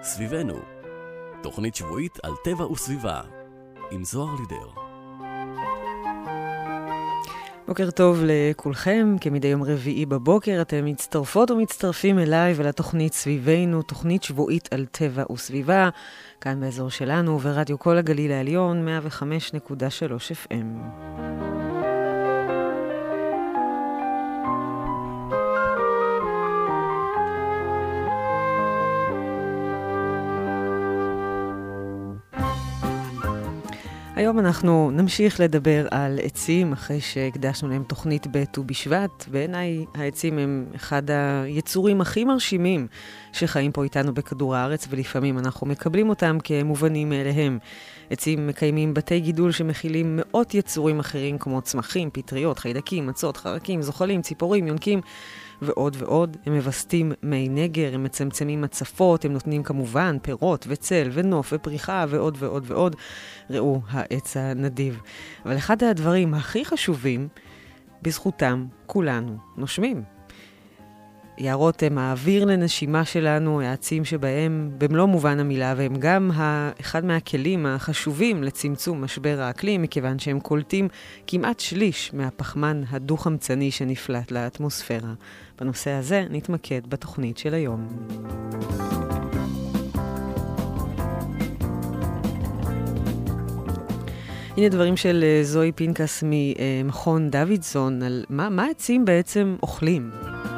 סביבנו, תוכנית שבועית על טבע וסביבה, עם זוהר לידר. בוקר טוב לכולכם, כמדי יום רביעי בבוקר אתם מצטרפות ומצטרפים אליי ולתוכנית סביבנו, תוכנית שבועית על טבע וסביבה, כאן באזור שלנו ורדיו כל הגליל העליון 105.3 FM. היום אנחנו נמשיך לדבר על עצים, אחרי שהקדשנו להם תוכנית בט"ו בשבט. בעיניי העצים הם אחד היצורים הכי מרשימים שחיים פה איתנו בכדור הארץ, ולפעמים אנחנו מקבלים אותם כמובנים מאליהם. עצים מקיימים בתי גידול שמכילים מאות יצורים אחרים, כמו צמחים, פטריות, חיידקים, מצות, חרקים, זוחלים, ציפורים, יונקים, ועוד ועוד. הם מבסטים מי נגר, הם מצמצמים מצפות, הם נותנים כמובן פירות וצל ונוף ופריחה ועוד ועוד ועוד. ראו העץ הנדיב. אבל אחד הדברים הכי חשובים, בזכותם כולנו נושמים. יערות הם האוויר לנשימה שלנו, העצים שבהם במלוא מובן המילה, והם גם אחד מהכלים החשובים לצמצום משבר האקלים, מכיוון שהם קולטים כמעט שליש מהפחמן הדו-חמצני שנפלט לאטמוספירה. בנושא הזה נתמקד בתוכנית של היום. הנה דברים של זוהי פינקס ממכון דוידסון על מה עצים בעצם אוכלים.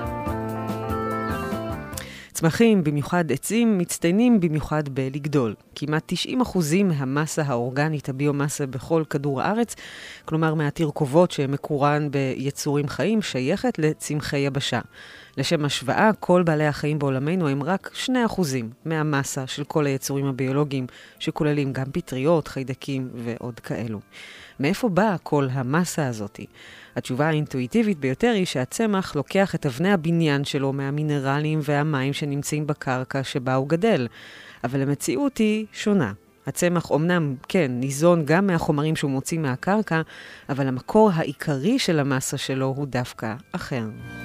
צמחים, במיוחד עצים, מצטיינים במיוחד בלגדול. כמעט 90% מהמסה האורגנית, הביומסה בכל כדור הארץ, כלומר מהתרכובות שמקורן ביצורים חיים, שייכת לצמחי יבשה. לשם השוואה, כל בעלי החיים בעולמנו הם רק 2% מהמסה של כל היצורים הביולוגיים, שכוללים גם פטריות, חיידקים ועוד כאלו. מאיפה באה כל המסה הזאת? התשובה האינטואיטיבית ביותר היא שהצמח לוקח את אבני הבניין שלו מהמינרלים והמים שנמצאים בקרקע שבה הוא גדל. אבל המציאות היא שונה. הצמח אומנם, כן, ניזון גם מהחומרים שהוא מוציא מהקרקע, אבל המקור העיקרי של המסה שלו הוא דווקא אחר.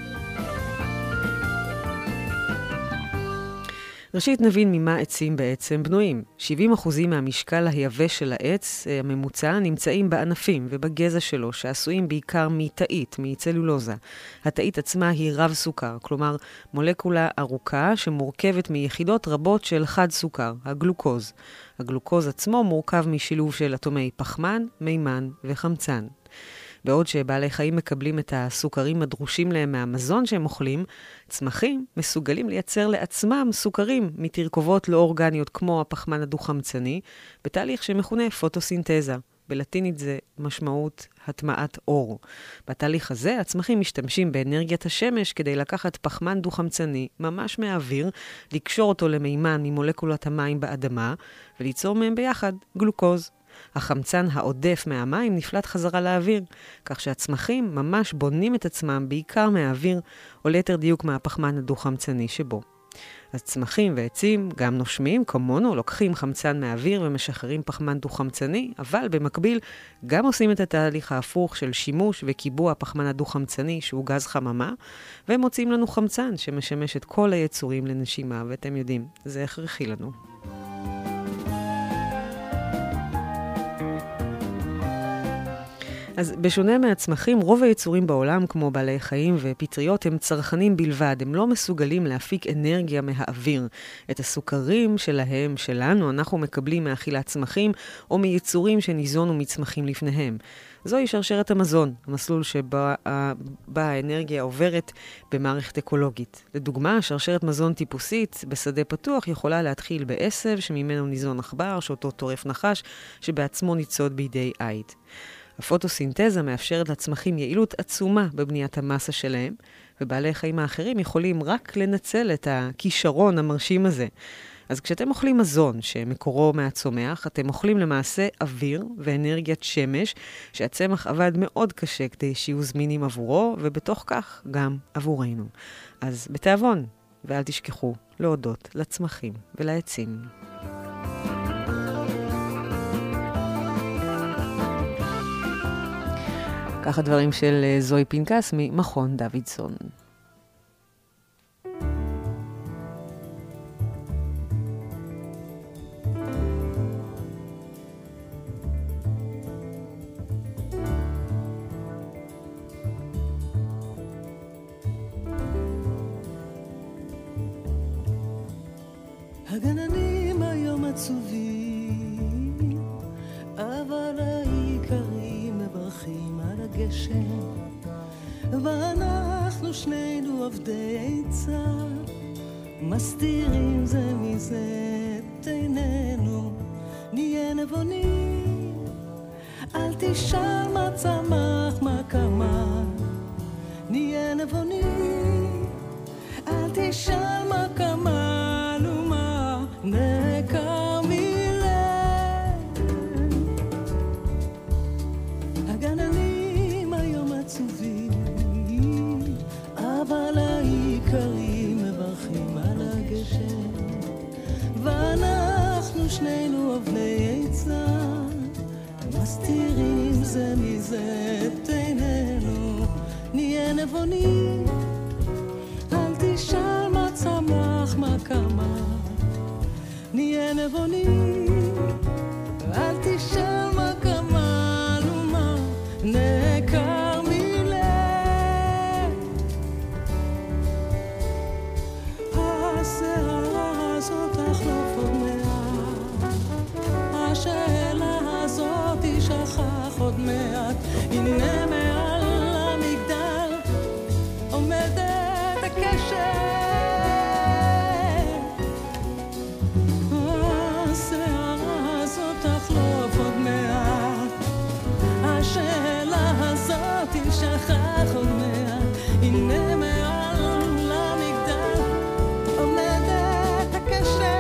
ראשית נבין ממה עצים בעצם בנויים. 70% מהמשקל היבש של העץ הממוצע נמצאים בענפים ובגזע שלו, שעשויים בעיקר מתאית, מצלולוזה. התאית עצמה היא רב סוכר, כלומר מולקולה ארוכה שמורכבת מיחידות רבות של חד סוכר, הגלוקוז. הגלוקוז עצמו מורכב משילוב של אטומי פחמן, מימן וחמצן. בעוד שבעלי חיים מקבלים את הסוכרים הדרושים להם מהמזון שהם אוכלים, צמחים מסוגלים לייצר לעצמם סוכרים מתרכובות לא אורגניות כמו הפחמן הדו-חמצני, בתהליך שמכונה פוטוסינתזה. בלטינית זה משמעות הטמעת אור. בתהליך הזה הצמחים משתמשים באנרגיית השמש כדי לקחת פחמן דו-חמצני ממש מהאוויר, לקשור אותו למימן ממולקולת המים באדמה וליצור מהם ביחד גלוקוז. החמצן העודף מהמים נפלט חזרה לאוויר, כך שהצמחים ממש בונים את עצמם בעיקר מהאוויר, או ליתר דיוק מהפחמן הדו-חמצני שבו. אז צמחים ועצים, גם נושמים, כמונו, לוקחים חמצן מהאוויר ומשחררים פחמן דו-חמצני, אבל במקביל גם עושים את התהליך ההפוך של שימוש וקיבוע הפחמן הדו-חמצני, שהוא גז חממה, והם מוצאים לנו חמצן שמשמש את כל היצורים לנשימה, ואתם יודעים, זה הכרחי לנו. אז בשונה מהצמחים, רוב היצורים בעולם, כמו בעלי חיים ופטריות, הם צרכנים בלבד. הם לא מסוגלים להפיק אנרגיה מהאוויר. את הסוכרים שלנו, אנחנו מקבלים מאכילת צמחים, או מיצורים שניזונו מצמחים לפניהם. זוהי שרשרת המזון, המסלול שבה האנרגיה עוברת במערכת אקולוגית. לדוגמה, שרשרת מזון טיפוסית בשדה פתוח יכולה להתחיל בעשב, שממנו ניזון עכבר, שאותו טורף נחש, שבעצמו ניצוד בידי עית. הפוטוסינתזה מאפשרת לצמחים יעילות עצומה בבניית המסה שלהם, ובעלי חיים האחרים יכולים רק לנצל את הכישרון המרשים הזה. אז כשאתם אוכלים מזון שמקורו מהצומח, אתם אוכלים למעשה אוויר ואנרגיית שמש, שהצמח עבד מאוד קשה כדי שיהיו זמינים עבורו, ובתוך כך גם עבורנו. אז בתיאבון, ואל תשכחו להודות לצמחים ולעצים. ככה דברים של זוהי פינקס ממכון דוידסון. עצובים, אבל העיקרים מברכים על הגשם, ואנחנו שנינו עבדי עצה, מסתירים זה מזה את עינינו, נהיה נבונים. אל תשאל מה צמח מה קמה, נהיה נבונים. אל תשאל מה קמה ומה נעקר מלב. הגננים היום עצובים, אבל העיקרים מברכים על הגשם, ואנחנו שנינו אבני עצה, מסתירים זה מזה את עינינו, נהיה נבונים. אל תשאל מה צמח מה קמה, נהיה נבונים. אל תשאל מה קמה ומה נעקר מלב. הסערה הזאת תחלוף עוד מעט, השאלה הזאת תשכח עוד מעט. הנה מעל המגדל עומדת הקשר, הסערה הזאת תחלוף עוד מעט, השאלה הזאת תשכח עוד מעט. הנה מעל המגדל עומדת הקשר.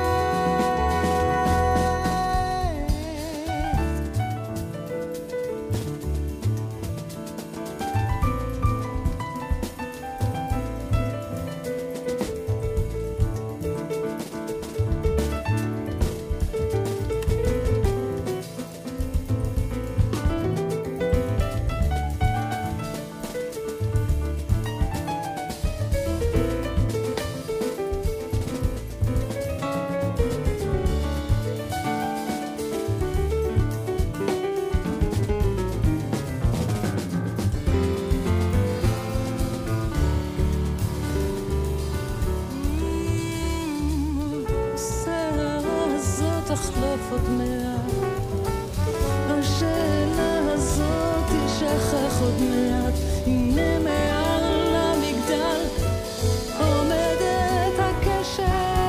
תחלוף עוד מעט, השאלה הזאת תשכח עוד מעט. הנה מעל המגדל עומדת הקשר,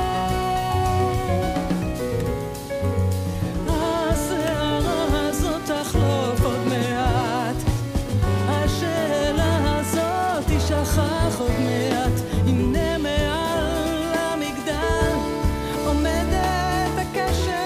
הסערה הזאת תחלוף עוד מעט, השאלה הזאת תשכח עוד מעט. הנה מעל המגדל עומדת הקשר.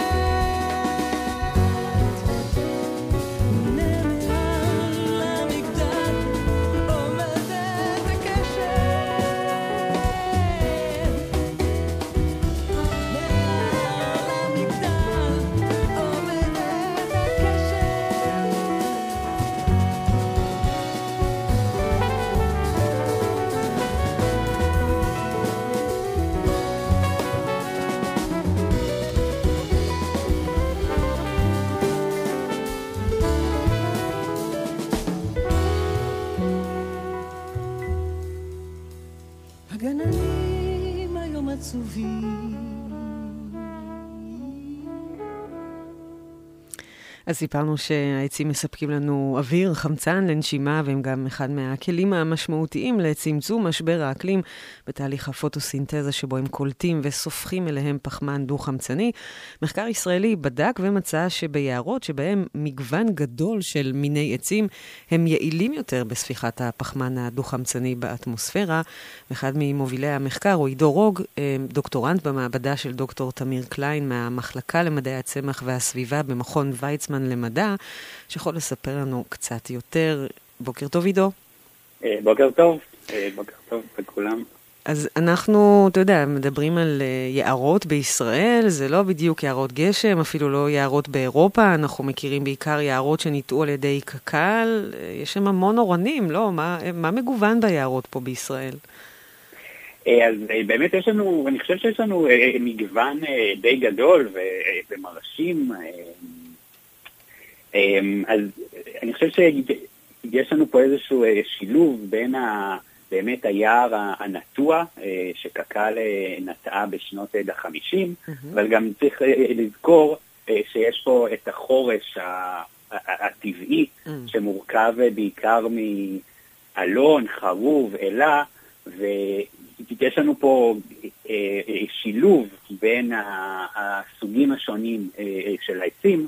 הגננים היום עצובים. אז סיפרנו שהעצים מספקים לנו אוויר, חמצן לנשימה, והם גם אחד מהכלים המשמעותיים לצמצום משבר האקלים בתהליך הפוטוסינתזה שבו הם קולטים וסופחים אליהם פחמן דו-חמצני. מחקר ישראלי בדק ומצא שביערות שבהם מגוון גדול של מיני עצים הם יעילים יותר בספיחת הפחמן הדו-חמצני באטמוספירה. אחד ממובילי המחקר הוא עידו רוג, דוקטורנט במעבדה של דוקטור תמיר קליין מהמחלקה למדעי הצמח והסביבה במכון ויצמן למדע, שיכול לספר לנו קצת יותר. בוקר טוב עידו. בוקר טוב לכולם. אז אנחנו, אתה יודע, מדברים על יערות בישראל, זה לא בדיוק יערות גשם, אפילו לא יערות באירופה, אנחנו מכירים בעיקר יערות שניטעו על ידי קק"ל, יש שם המון אורנים, לא? מה מגוון ביערות פה בישראל? אז באמת יש לנו, אני חושב שיש לנו מגוון די גדול ומרשים, אז אני חושב שיש לנו פה איזשהו שילוב בין באמת היער הנטוע שקק"ל נטעה בשנות ה-50, אבל גם צריך לזכור שיש פה את החורש הטבעי, שמורכב בעיקר מאלון, חרוב, אלה, ויש לנו פה שילוב בין הסוגים השונים של העצים,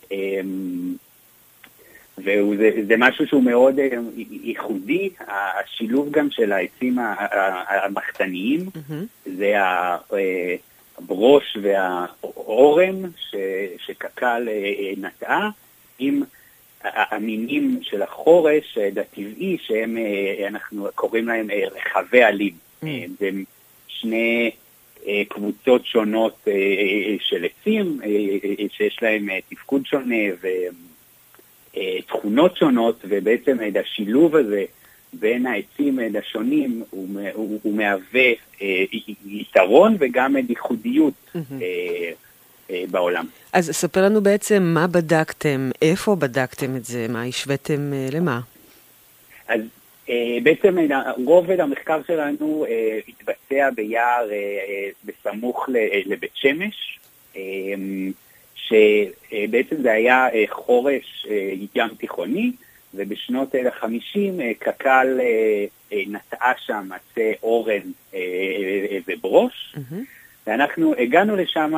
וזה משהו שהוא מאוד ייחודי, השילוב גם של העצים המחתניים, זה הברוש והאורן שקק"ל נטעה, עם המינים של החורש הטבעי, שהם, אנחנו קוראים להם רחבי עלים. זה שני קבוצות שונות של עצים, שיש להם תפקוד שונה ותכונות שונות, ובעצם השילוב הזה בין העצים השונים הוא מהווה יתרון וגם ייחודיות בעולם. אז ספר לנו בעצם מה בדקתם, איפה בדקתם את זה, מה השוויתם למה? אז בעצם רובד המחקר שלנו התבצע ביער בסמוך לבית שמש, שבעצם זה היה חורש ים תיכוני, ובשנות ה-50 קק"ל נטעה שם עצי אורן וברוש, ואנחנו הגענו לשם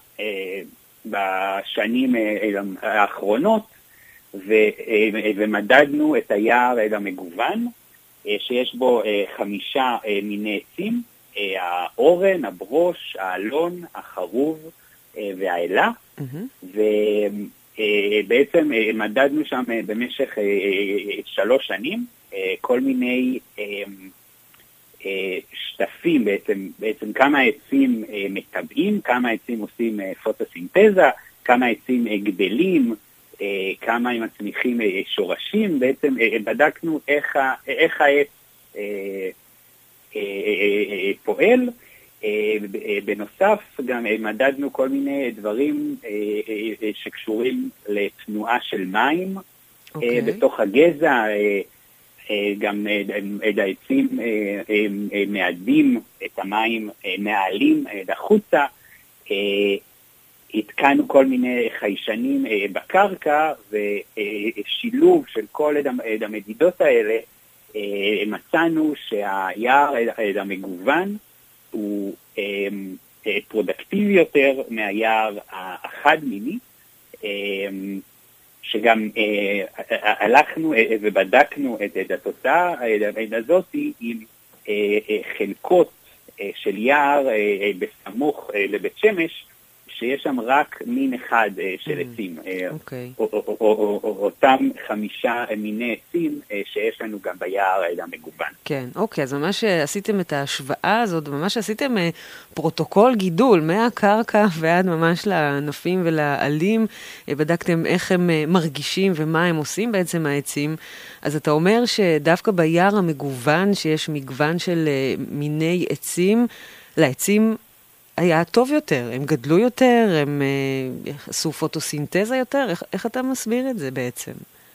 בשנים האחרונות, ומדדנו את היער המגוון, שיש בו 5 מיני עצים, האורן, הברוש, האלון, החרוב והאלה, ובעצם מדדנו שם במשך 3 שנים, כל מיני שטפים, בעצם כמה עצים מטבעים, כמה עצים עושים פוטוסינתזה, כמה עצים גדלים, כמה הם מצמיחים שורשים, בעצם בדקנו איך העץ פועל. בנוסף גם מדדנו כל מיני דברים שקשורים לתנועה של מים בתוך הגזע, גם העצים מעדים את המים מהעלים החוצה, התקנו כל מיני חיישנים בקרקע, ושילוב של כל המדידות האלה, מצאנו שהיער המגוון הוא פרודקטיבי יותר מהיער החד-מיני, שגם הלכנו ובדקנו את התוצאה הזאת עם חלקות של יער בסמוך לבית שמש, שיש שם רק מין אחד של עצים, אותם 5 מיני עצים שיש לנו גם ביער המגוון. כן, אוקיי, אז ממש עשיתם את ההשוואה הזאת, ממש עשיתם פרוטוקול גידול מהקרקע ועד ממש לענפים ולעלים, בדקתם איך הם מרגישים ומה הם עושים בעצם העצים. אז אתה אומר שדווקא ביער המגוון, שיש מגוון של מיני עצים, לעצים היה טוב יותר, הם גדלו יותר, הם עשו פוטוסינתזה יותר, איך אתה מסביר את זה בעצם?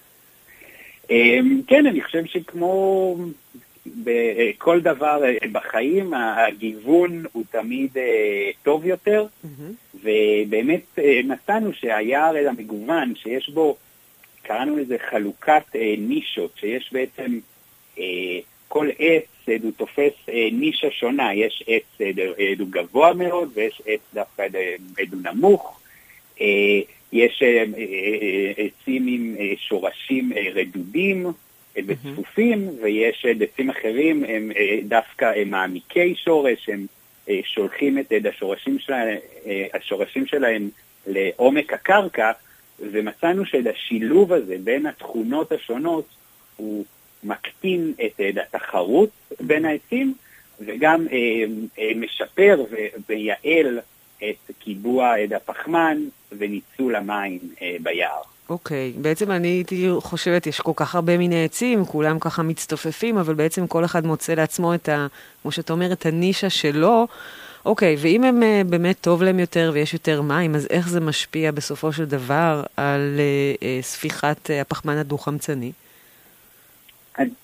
כן, אני חושב שכמו בכל דבר בחיים, הגיוון הוא תמיד טוב יותר, ובאמת מצאנו שהיער המגוון, שיש בו, קראנו לזה חלוקת נישות, שיש בעצם כל עץ הוא תופס נישה שונה, יש עץ הוא גבוה מאוד, ויש עץ דווקא הוא נמוך, יש עצים עם שורשים רדודים וצפופים, ויש עצים אחרים, הם דווקא מעמיקי שורש, הם שולחים את השורשים שלהם לעומק הקרקע, ומצאנו שהשילוב הזה בין התכונות השונות הוא מקטין את התחרות בין העצים, וגם משפר ויעל את קיבוע הפחמן וניצול המים ביער. אוקיי, בעצם אני הייתי חושבת, יש כל כך הרבה מיני עצים, כולם ככה מצטופפים, אבל בעצם כל אחד מוצא לעצמו כמו שאתה אומר, את הנישה שלו. אוקיי, ואם הם באמת טוב להם יותר ויש יותר מים, אז איך זה משפיע בסופו של דבר על ספיחת הפחמן הדו-חמצני?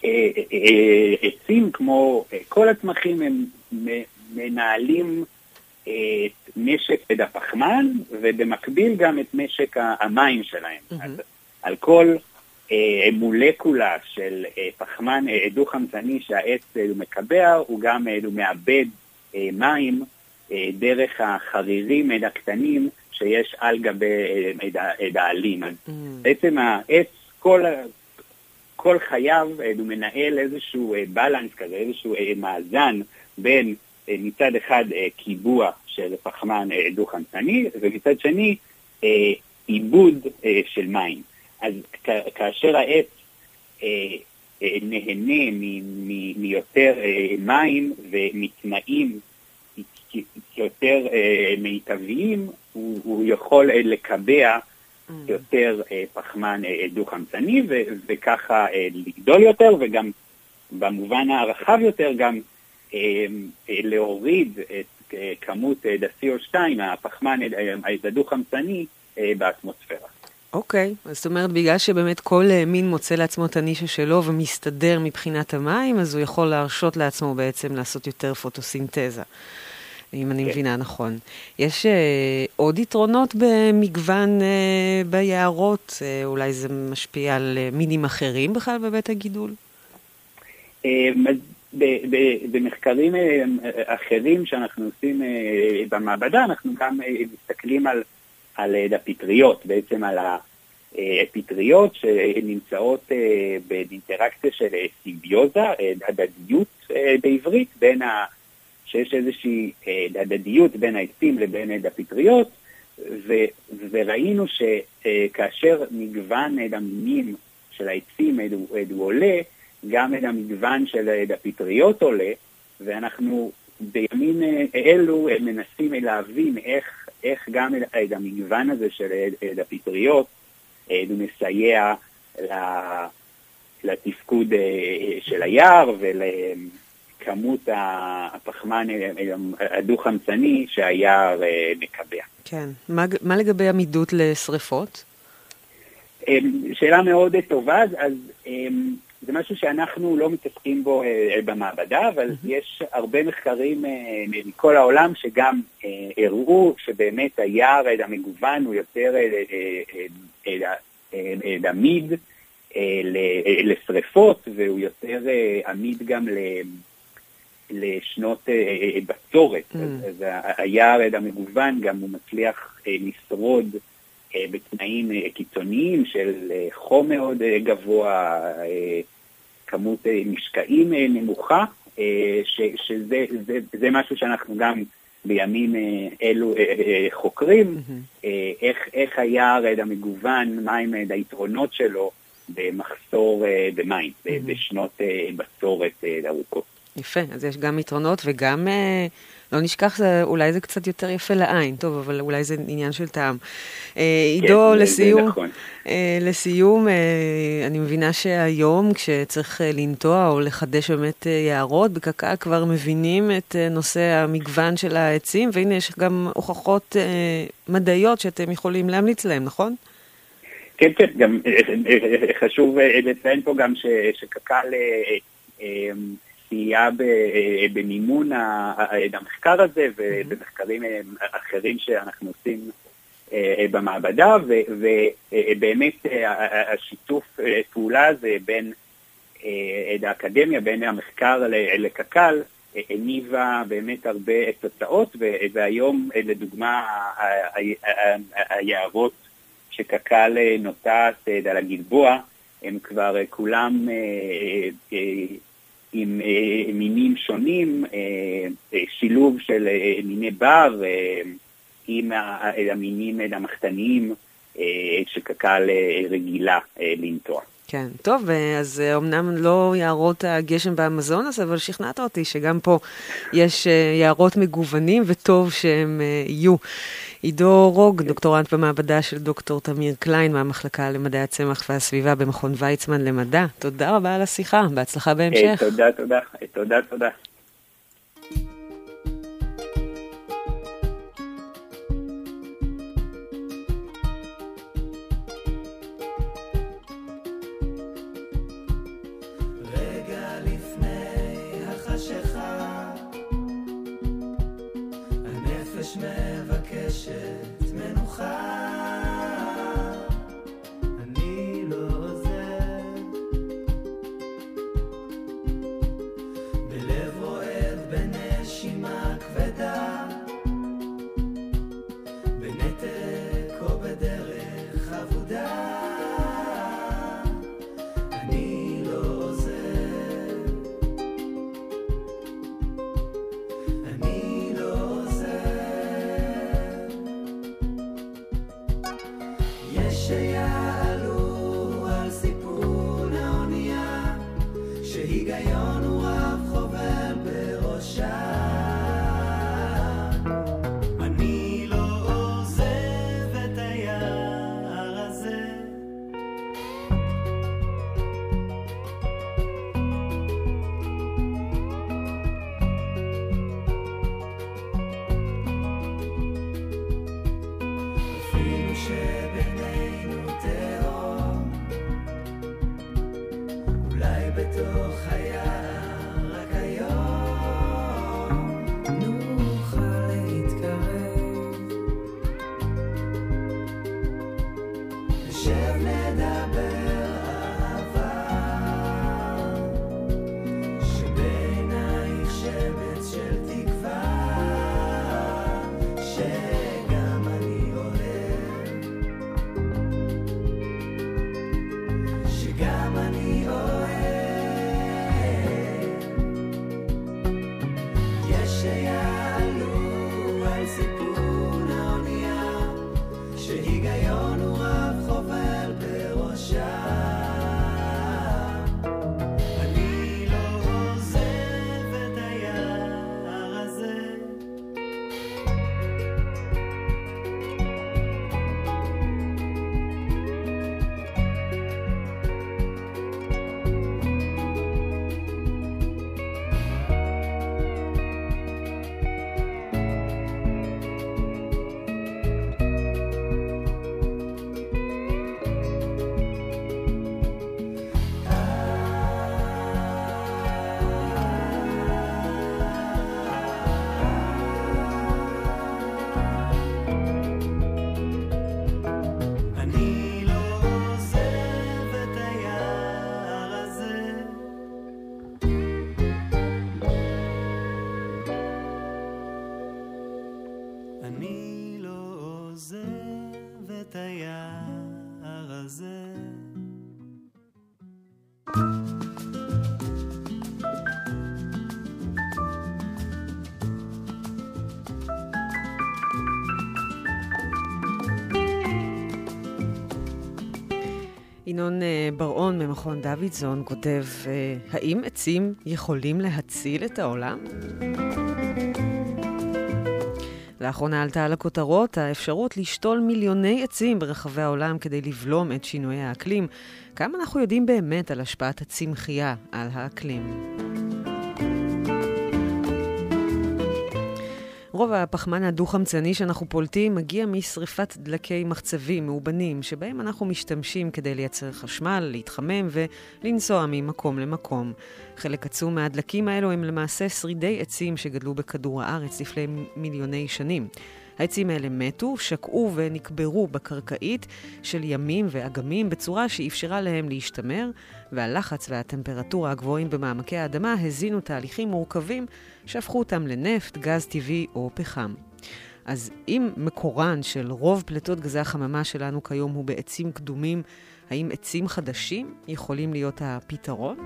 עצים, כמו כל הצמחים, הם מנהלים את משק הפחמן, ובמקביל גם את משק המים שלהם. אז על כל מולקולה של פחמן דו-חמצני שהעץ מקבע, הוא גם מאבד מים דרך החרירים הקטנים שיש על גבי העלים. בעצם העץ, כל חייו הוא מנהל איזשהו בלנס כזה, איזשהו מאזן בין מצד אחד קיבוע של פחמן דו-חמצני, ומצד שני עיבוד של מים. אז כאשר העץ נהנה מיותר מים ומתנאים יותר מיטביים, הוא יכול לקבע יותר פחמן דו-חמצני, וככה לגדול יותר, וגם במובן הרחב יותר גם להוריד את כמות CO2, הפחמן הדו-חמצני באטמוספירה. אוקיי, אז זאת אומרת, בגלל שבאמת כל מין מוצא לעצמו את הנישה שלו ומסתדר מבחינת המים, אז הוא יכול להרשות לעצמו בעצם לעשות יותר פוטוסינתזה, אם אני מבינה נכון. יש עוד יתרונות במגוון ביערות? אולי זה משפיע על מינים אחרים בכלל בבית הגידול? במחקרים אחרים שאנחנו עושים במעבדה, אנחנו גם מסתכלים על הפטריות, בעצם על הפטריות שנמצאות באינטראקציה של סימביוזה, הדדיות בעברית, שיש איזושהי הדדיות בין העצים לבין הפטריות, וראינו שכאשר מגוון המינים של העצים הוא עולה, גם המגוון של הפטריות עולה, ואנחנו בימים אלו מנסים להבין איך גם המגוון הזה של הפטריות הוא מסייע לתפקוד של היער ולכמות הפחמן הדו-חמצני שהיער מקבע. כן. מה לגבי עמידות לשריפות? שאלה מאוד טובה, אז זה משהו שאנחנו לא מתעסקים בו במעבדה, אבל יש הרבה מחקרים מכל העולם שגם הראו שבאמת היער המגוון הוא יותר עמיד לשריפות, והוא יותר עמיד גם לשנות בצורת. אז היער המגוון גם הוא מצליח לשרוד בתנאים קיצוניים של חום מאוד גבוה, כמות משקעים נמוכה, שזה משהו שאנחנו גם בימים אלו חוקרים, איך היער המגוון, מהם היתרונות שלו במחסור במים, בשנות בצורת ארוכות. יפה, אז יש גם יתרונות וגם, לא נשכח, אולי זה קצת יותר יפה לעין, טוב, אבל אולי זה עניין של טעם. עידו, לסיום, אני מבינה שהיום כשצריך לנטוע או לחדש באמת יערות, בקק"ל כבר מבינים את נושא המגוון של העצים, והנה יש גם הוכחות מדעיות שאתם יכולים להמליץ להם, נכון? כן, כן, גם חשוב לציין פה גם שקק"ל סייע במימון המחקר הזה ובמחקרים אחרים שאנחנו עושים במעבדה, ובאמת השיתוף פעולה הזה בין האקדמיה, בין המחקר לקק"ל, הניבה באמת הרבה תוצאות, והיום לדוגמה היערות שקק"ל נוטעת על הגלבוע, הם כבר כולם עם מינים שונים, שילוב של מיני בר עם המינים המחתניים שקק"ל רגילה לנטוע. כן, טוב, אז אמנם לא יערות הגשם באמזונס, אבל שכנעת אותי שגם פה יש יערות מגוונים וטוב שהם יהיו. עידו רוג, דוקטורנט במעבדה של דוקטור תמיר קליין מהמחלקה למדעי הצמח והסביבה במכון ויצמן למדע. תודה רבה על השיחה, בהצלחה בהמשך. תודה. בתוך היער, רק היום נוכל להתקרב, נשב נדבר אהבה, שבעינייך שמץ של תקווה, שגם אני אוהב, שגם אני אוהב. יש שיעלו על סיפון האונייה, שהיגיון הוא רב חובל בראשה. אני לא עוזב את היער הזה, אני לא עוזב את היער הזה. אני לא עוזב את היער הזה. ינון בר-און ממכון דוידסון כותב, האם עצים יכולים להציל את העולם? לאחרונה עלתה על הכותרות האפשרות לשתול מיליוני עצים ברחבי העולם כדי לבלום את שינויי האקלים. כמה אנחנו יודעים באמת על השפעת הצמחייה על האקלים? רוב הפחמן הדו-חמצני שאנחנו פולטים מגיע משריפת דלקי מחצבים מאובנים, שבהם אנחנו משתמשים כדי לייצר חשמל, להתחמם ולנסוע ממקום למקום. חלק עצום מהדלקים האלו הם למעשה שרידי עצים שגדלו בכדור הארץ לפני מיליוני שנים. העצים האלה מתו, שקעו ונקברו בקרקעית של ימים ואגמים בצורה שאפשרה להם להשתמר, והלחץ והטמפרטורה הגבוהים במעמקי האדמה הזינו תהליכים מורכבים שהפכו אותם לנפט, גז טבעי או פחם. אז אם מקורן של רוב פליטות גזי החממה שלנו כיום הוא בעצים קדומים, האם עצים חדשים יכולים להיות הפתרון?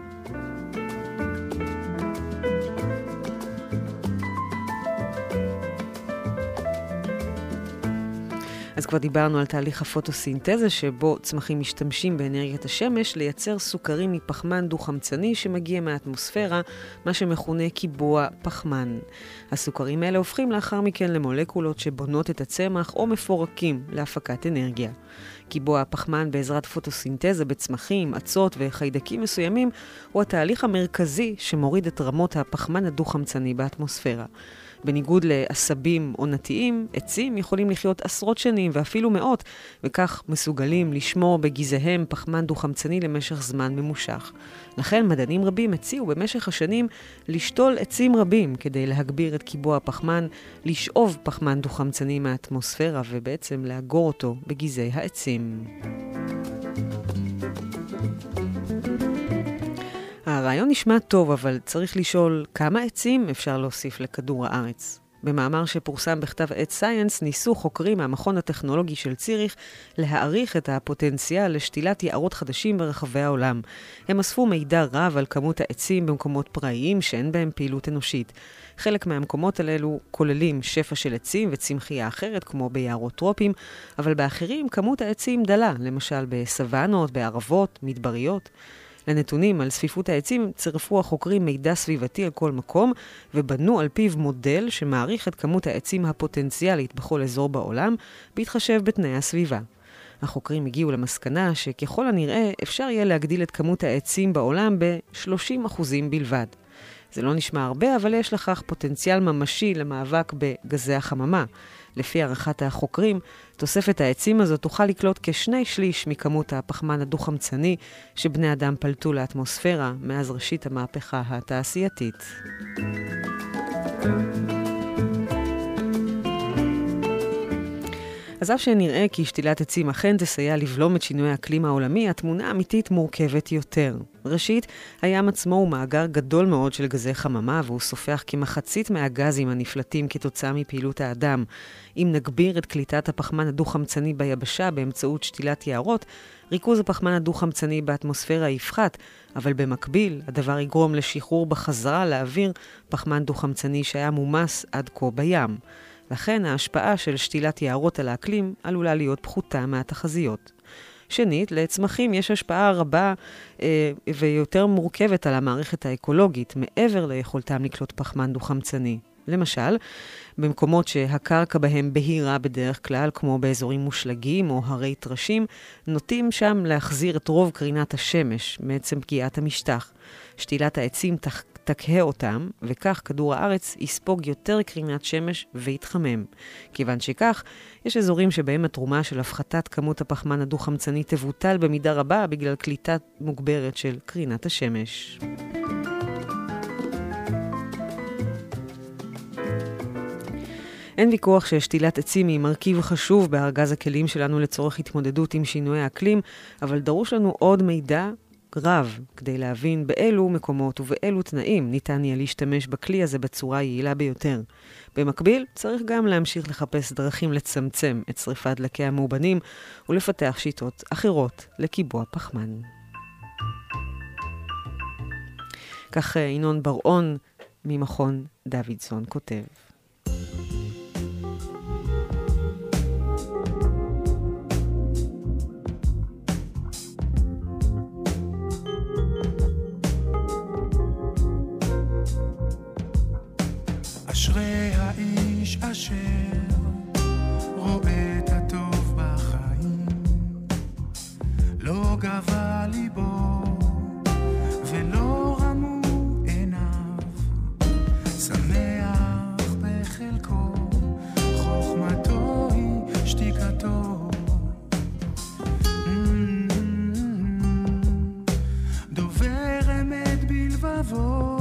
אז כבר דיברנו על תהליך הפוטוסינתזה, שבו צמחים משתמשים באנרגיית השמש לייצר סוכרים מפחמן דו-חמצני שמגיע מהאטמוספירה, מה שמכונה קיבוע פחמן. הסוכרים האלה הופכים לאחר מכן למולקולות שבונות את הצמח או מפורקים להפקת אנרגיה. קיבוע הפחמן בעזרת פוטוסינתזה בצמחים, עצות וחיידקים מסוימים הוא התהליך המרכזי שמוריד את רמות הפחמן הדו-חמצני באטמוספירה. בניגוד לעשבים עונתיים, עצים יכולים לחיות עשרות שנים ואפילו מאות, וכך מסוגלים לשמור בגזיהם פחמן דו-חמצני למשך זמן ממושך. לכן מדענים רבים הציעו במשך השנים לשתול עצים רבים כדי להגביר את קיבוע הפחמן, לשאוב פחמן דו-חמצני מהאטמוספירה ובעצם לאגור אותו בגזעי העצים. הרעיון נשמע טוב, אבל צריך לשאול כמה עצים אפשר להוסיף לכדור הארץ. במאמר שפורסם בכתב עת סייאנס, ניסו חוקרים מהמכון הטכנולוגי של ציריך להעריך את הפוטנציאל לשתילת יערות חדשים ברחבי העולם. הם אספו מידע רב על כמות העצים במקומות פראיים שאין בהם פעילות אנושית. חלק מהמקומות הללו כוללים שפע של עצים וצמחייה אחרת, כמו ביערות טרופים, אבל באחרים כמות העצים דלה, למשל בסוואנות, בערבות, מדבריות. לנתונים על ספיפות העצים צירפו החוקרים מידע סביבתי על כל מקום, ובנו על פיו מודל שמעריך את כמות העצים הפוטנציאלית בכל אזור בעולם, בהתחשב בתנאי הסביבה. החוקרים הגיעו למסקנה שככל הנראה אפשר יהיה להגדיל את כמות העצים בעולם ב-30% בלבד. זה לא נשמע הרבה, אבל יש לכך פוטנציאל ממשי למאבק בגזי החממה. לפי הערכת החוקרים, תוספת העצים הזאת תוכל לקלוט כ2/3 מכמות הפחמן הדו-חמצני שבני אדם פלטו לאטמוספירה מאז ראשית המהפכה התעשייתית. אז אף שנראה כי שתילת עצים אכן תסייע לבלום את שינוי האקלים העולמי, התמונה האמיתית מורכבת יותר. ראשית, הים עצמו הוא מאגר גדול מאוד של גזי חממה, והוא סופח כמחצית מהגזים הנפלטים כתוצאה מפעילות האדם. אם נגביר את קליטת הפחמן הדו-חמצני ביבשה באמצעות שתילת יערות, ריכוז הפחמן הדו-חמצני באטמוספירה יפחת, אבל במקביל הדבר יגרום לשחרור בחזרה לאוויר פחמן דו-חמצני שהיה מומס עד כה בים. לכן ההשפעה של שתילת יערות על האקלים עלולה להיות פחותה מהתחזיות. שנית, לצמחים יש השפעה רבה ויותר מורכבת על המערכת האקולוגית, מעבר ליכולתם לקלוט פחמן דו-חמצני. למשל, במקומות שהקרקע בהם בהירה בדרך כלל, כמו באזורים מושלגים או הרי טרשים, נוטים שם להחזיר את רוב קרינת השמש מעצם פגיעת המשטח. שתילת העצים תקהה אותם, וכך כדור הארץ יספוג יותר קרינת שמש ויתחמם. כיוון שכך, יש אזורים שבהם התרומה של הפחתת כמות הפחמן הדו-חמצני תבוטל במידה רבה בגלל קליטה מוגברת של קרינת השמש. אין ויכוח ששתילת עצים היא מרכיב חשוב בארגז הכלים שלנו לצורך התמודדות עם שינוי האקלים, אבל דרוש לנו עוד מידע רב כדי להבין באילו מקומות ובאילו תנאים ניתן יהיה להשתמש בכלי הזה בצורה יעילה ביותר. במקביל, צריך גם להמשיך לחפש דרכים לצמצם את שריפת דלקי המאובנים ולפתח שיטות אחרות לקיבוע פחמן. כך ינון בר-און ממכון דוידסון כותב. אשרי האיש אשר רואה את הטוב בחיים, לא גבה ליבו ולא רמו עיניו, שמח בחלקו, חוכמתו היא שתיקתו. דובר אמת בלבבו,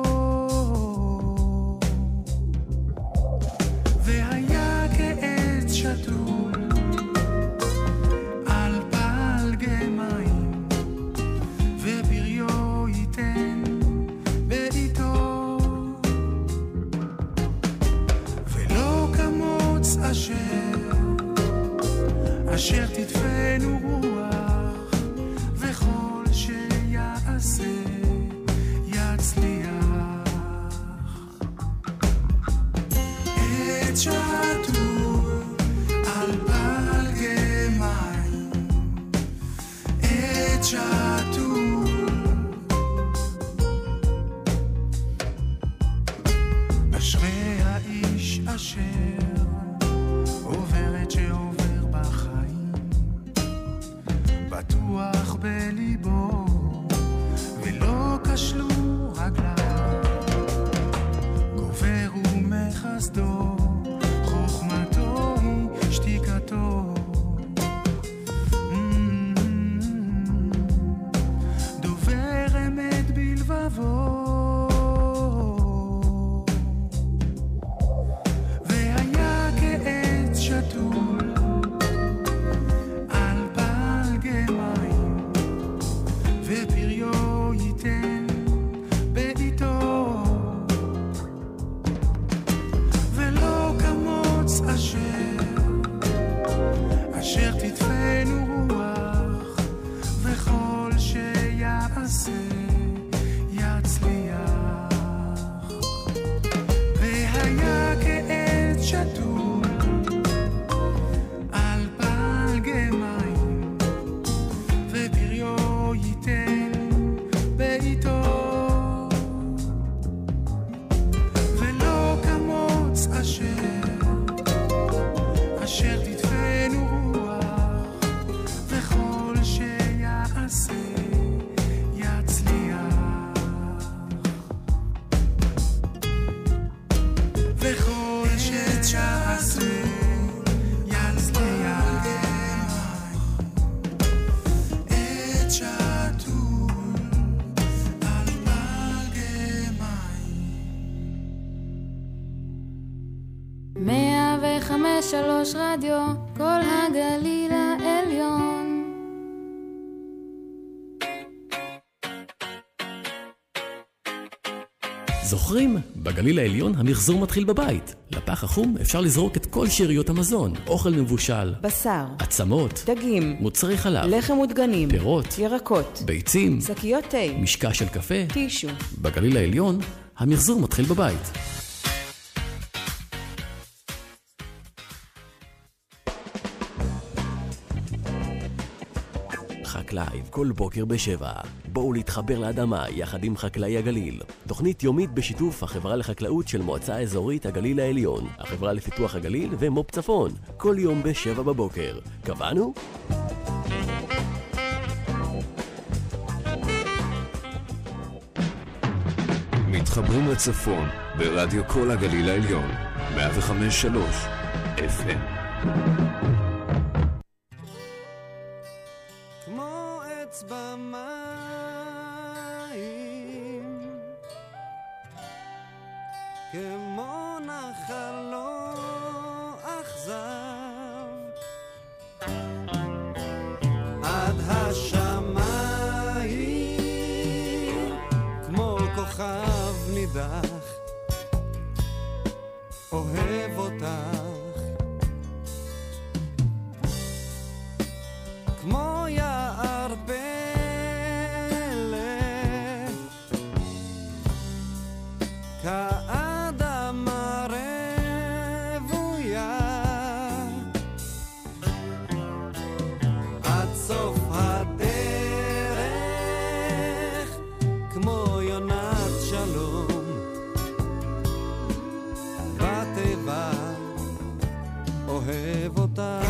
אשר תדפנו רוח, וכל שיעשה יצליח. עת שטור על פלגי מים, עת שטור אשרי האיש אשר עוברת שעובר בחיים, בטוח בליבו ולא כשלו רגליו, גובר ומחסדו, חוכמתו היא שתיקתו. דובר אמת בלבבו, אשר תדפנו רוח, וכל שיעשה יצליח. והיה כעת שטור על פלגי מים, ופריו ייתן בעיתו, ולא כמוץ אשר תדפנו רוח, וכל שיעשה יצליח. 103 רדיו, כל הגליל העליון. זוכרים? בגליל העליון המחזור מתחיל בבית. לפח החום אפשר לזרוק את כל שאריות המזון, אוכל מבושל, בשר, עצמות, דגים, מוצרי חלב, לחם ודגנים, פירות, ירקות, ביצים, שקיות תה, משקע של קפה, טישו. בגליל העליון המחזור מתחיל בבית. חקלייב כל בוקר ב7. בואו להתחבר לאדמה יחד עם חקלאי הגליל. תוכנית יומית בשיתוף החברה לחקלאות של מועצה אזורית הגליל העליון, החברה לפיתוח הגליל ומו"פ צפון. כל יום ב7 בבוקר. קבענו? מתחברים לצפון ברדיו כל הגליל העליון 105.3 FM. במים כמו נחל לא אכזב עד השמיים כמו כוכב נידח אוהב אותך כמו יער כאדמה רבויה עד סוף הדרך כמו יונת שלום בטבע אוהב אותה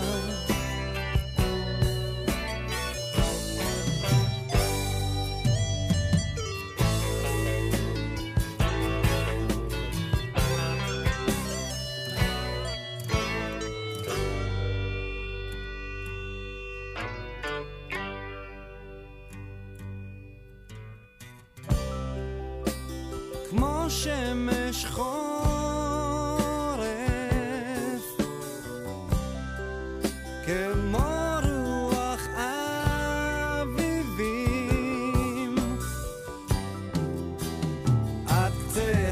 כמו שמש חורף כמו רוח אביבים עד קצה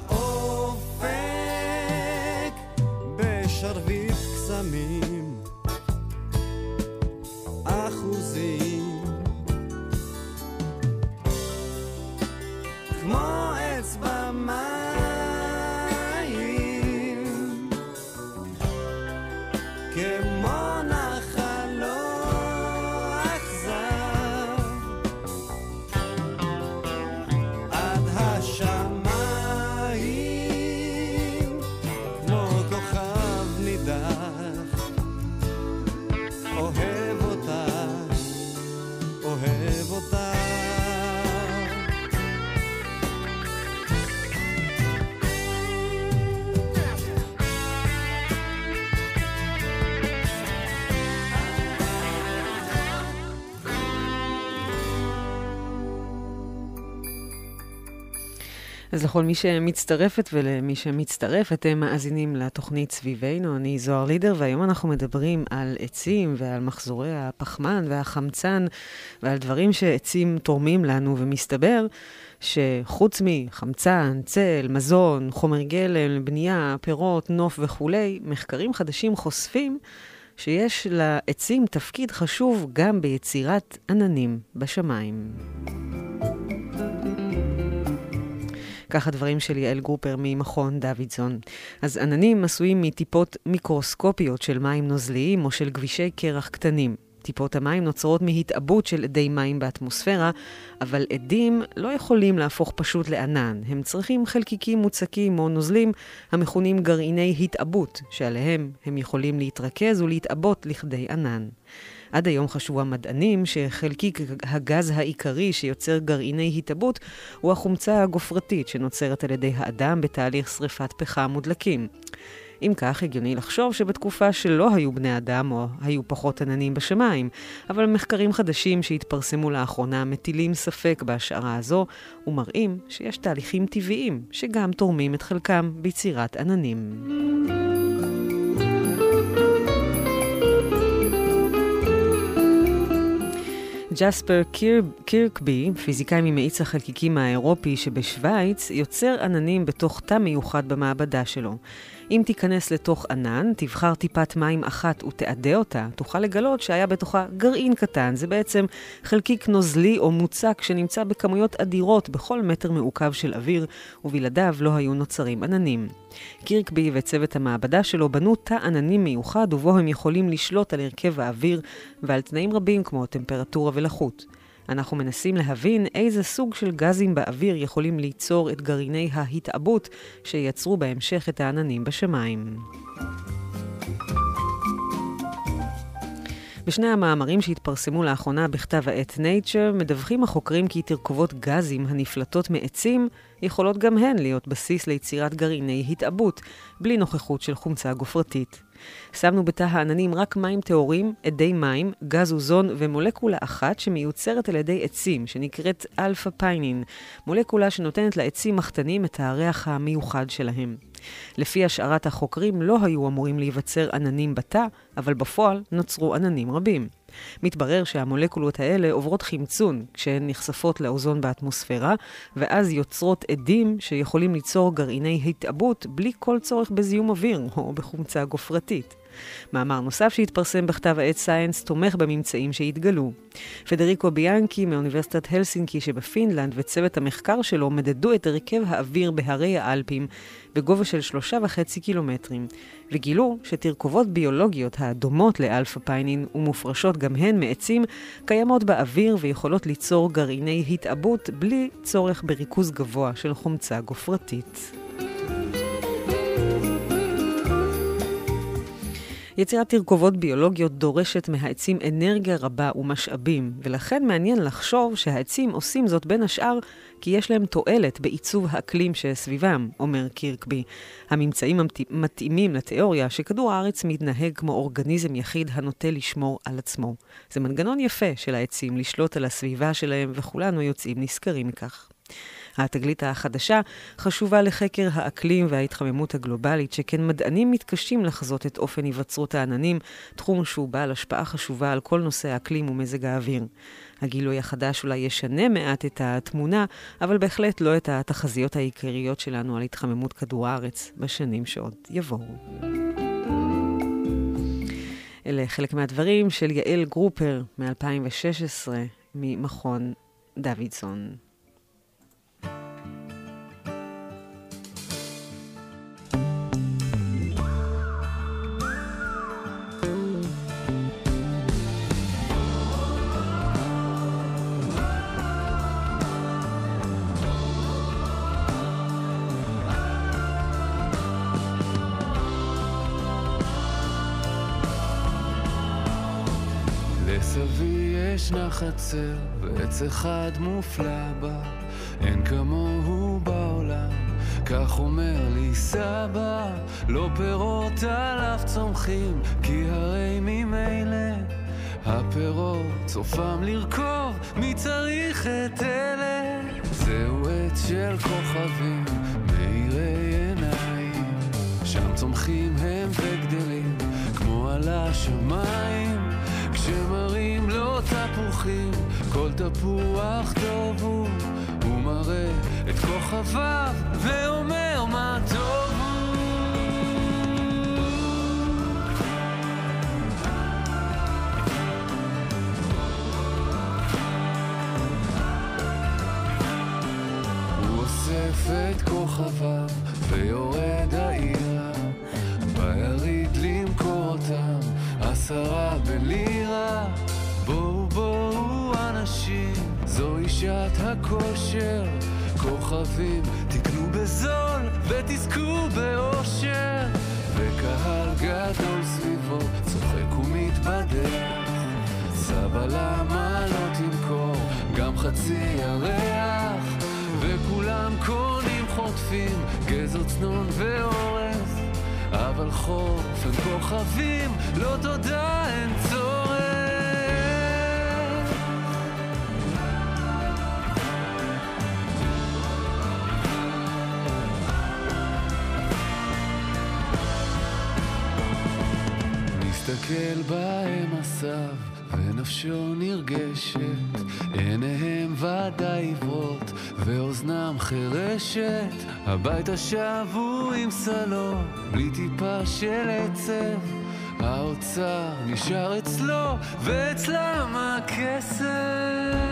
האופק בשרביט קסמים אחוזים כמו במים כמו נחל לא אכזב עד השמיים כמו כוכב נידח אוהב אותך אוהב אותך אז לכל מי שמצטרפת ולמי שמצטרף, אתם מאזינים לתוכנית סביבנו. אני זוהר לידר, והיום אנחנו מדברים על עצים ועל מחזורי הפחמן והחמצן, ועל דברים שעצים תורמים לנו, ומסתבר שחוץ מחמצן, צל, מזון, חומר גלם, בנייה, פירות, נוף וכולי, מחקרים חדשים חושפים שיש לעצים תפקיד חשוב גם ביצירת עננים בשמיים. כך הדברים של יעל גרופר ממכון דוידסון. אז עננים עשויים מטיפות מיקרוסקופיות של מים נוזליים או של גבישי קרח קטנים. טיפות המים נוצרות מהתאבות של עדי מים באטמוספירה, אבל עדים לא יכולים להפוך פשוט לענן. הם צריכים חלקיקים מוצקים או נוזלים המכונים גרעיני התאבות, שעליהם הם יכולים להתרכז ולהתאבות לכדי ענן. עד היום חשבו המדענים שחלקיק הגז העיקרי שיוצר גרעיני התאבות הוא החומצה הגופרתית שנוצרת על ידי האדם בתהליך שריפת פחם מודלקים. אם כך, הגיוני לחשוב שבתקופה שלא היו בני אדם או היו פחות עננים בשמיים, אבל מחקרים חדשים שהתפרסמו לאחרונה מטילים ספק בהשערה הזו ומראים שיש תהליכים טבעיים שגם תורמים את חלקם ביצירת עננים. ג'ספר קירקבי, פיזיקאי ממאיץ החלקיקים האירופי שבשוויץ, יוצר עננים בתוך תא מיוחד במעבדה שלו. אם תיכנס לתוך ענן, תבחר טיפת מים אחת ותעדה אותה, תוכל לגלות שהיה בתוכה גרעין קטן. זה בעצם חלקיק נוזלי או מוצק שנמצא בכמויות אדירות בכל מטר מעוקב של אוויר, ובלעדיו לא היו נוצרים עננים. קירקבי וצוות המעבדה שלו בנו תא עננים מיוחד, ובו הם יכולים לשלוט על הרכב האוויר ועל תנאים רבים כמו טמפרטורה ולחות. אנחנו מנסים להבין איזה סוג של גזים באוויר יכולים ליצור את גרעיני ההתאבות שייצרו בהמשך את העננים בשמיים. בשני המאמרים שהתפרסמו לאחרונה בכתב העת Nature, מדווחים החוקרים כי תרכובות גזים הנפלטות מעצים יכולות גם הן להיות בסיס ליצירת גרעיני התאבות, בלי נוכחות של חומצה גופרתית. שמנו בתא העננים רק מים טהורים, אדי מים, גז אוזון ומולקולה אחת שמיוצרת על ידי עצים, שנקראת אלפא פיינין, מולקולה שנותנת לעצים מחתנים את הריח המיוחד שלהם. לפי השערת החוקרים לא היו אמורים להיווצר עננים בתא, אבל בפועל נוצרו עננים רבים. מתברר שהמולקולות האלה עוברות חמצון כשהן נחשפות לאוזון באטמוספירה, ואז יוצרות עדים שיכולים ליצור גרעיני התאבות בלי כל צורך בזיהום אוויר או בחומצה גופרתית. מאמר נוסף שהתפרסם בכתב העת סייאנס תומך בממצאים שהתגלו. פדריקו ביאנקי מאוניברסיטת הלסינקי שבפינלנד וצוות המחקר שלו מדדו את הרכב האוויר בהרי האלפים בגובה של 3.5 קילומטרים, וגילו שתרכובות ביולוגיות הדומות לאלפא פיינין ומופרשות גם הן מעצים קיימות באוויר ויכולות ליצור גרעיני התאבות בלי צורך בריכוז גבוה של חומצה גופרתית. יצירת תרכובות ביולוגיות דורשת מהעצים אנרגיה רבה ומשאבים, ולכן מעניין לחשוב שהעצים עושים זאת בין השאר כי יש להם תועלת בעיצוב האקלים שסביבם, אומר קירקבי. הממצאים מתאימים לתיאוריה שכדור הארץ מתנהג כמו אורגניזם יחיד הנוטה לשמור על עצמו. זה מנגנון יפה של העצים לשלוט על הסביבה שלהם, וכולנו יוצאים נזכרים מכך. התגלית החדשה חשובה לחקר האקלים וההתחממות הגלובלית, שכן מדענים מתקשים לחזות את אופן היווצרות העננים, תחום שהוא בעל השפעה חשובה על כל נושא האקלים ומזג האוויר. הגילוי החדש אולי ישנה מעט את התמונה, אבל בהחלט לא את התחזיות העיקריות שלנו על התחממות כדור הארץ בשנים שעוד יבואו. אלה חלק מהדברים של יעל גרופר מ-2016 ממכון דוידסון. סבי ישנה חצר ועץ אחד מופלא בה, אין כמוהו בעולם, כך אומר לי סבא. לא פירות עליו צומחים, כי הרי ממילא הפירות סופם לרכוב, מי צריך את אלה? זהו עץ של כוכבים מאירי עיניים, שם צומחים הם וגדלים כמו על השמיים. כשמרים לו תפוחים, כל תפוח טוב הוא מראה את כוכביו ואומר מה טוב הוא אוסף את כוכביו ויורד העירה, ביריד למכור אותם 10 בלירה. בואו בואו אנשים, זוהי שעת הכושר, כוכבים תקנו בזול ותזכו באושר. וקהל גדול סביבו צוחק ומתבדח, סבא למה לא תמכור גם חצי ירח? וכולם קונים חוטפים גזר צנון ואורז, אבל חוף הם כוכבים, לא תודה אין צורך. מסתכל בהם הסב ונפשו נרגשת, עיניהם ודאי עברות ואוזנם חרשת. הביתה שבו עם סלו בלי טיפה של עצב, האוצר נשאר אצלו ואצלם הכסף.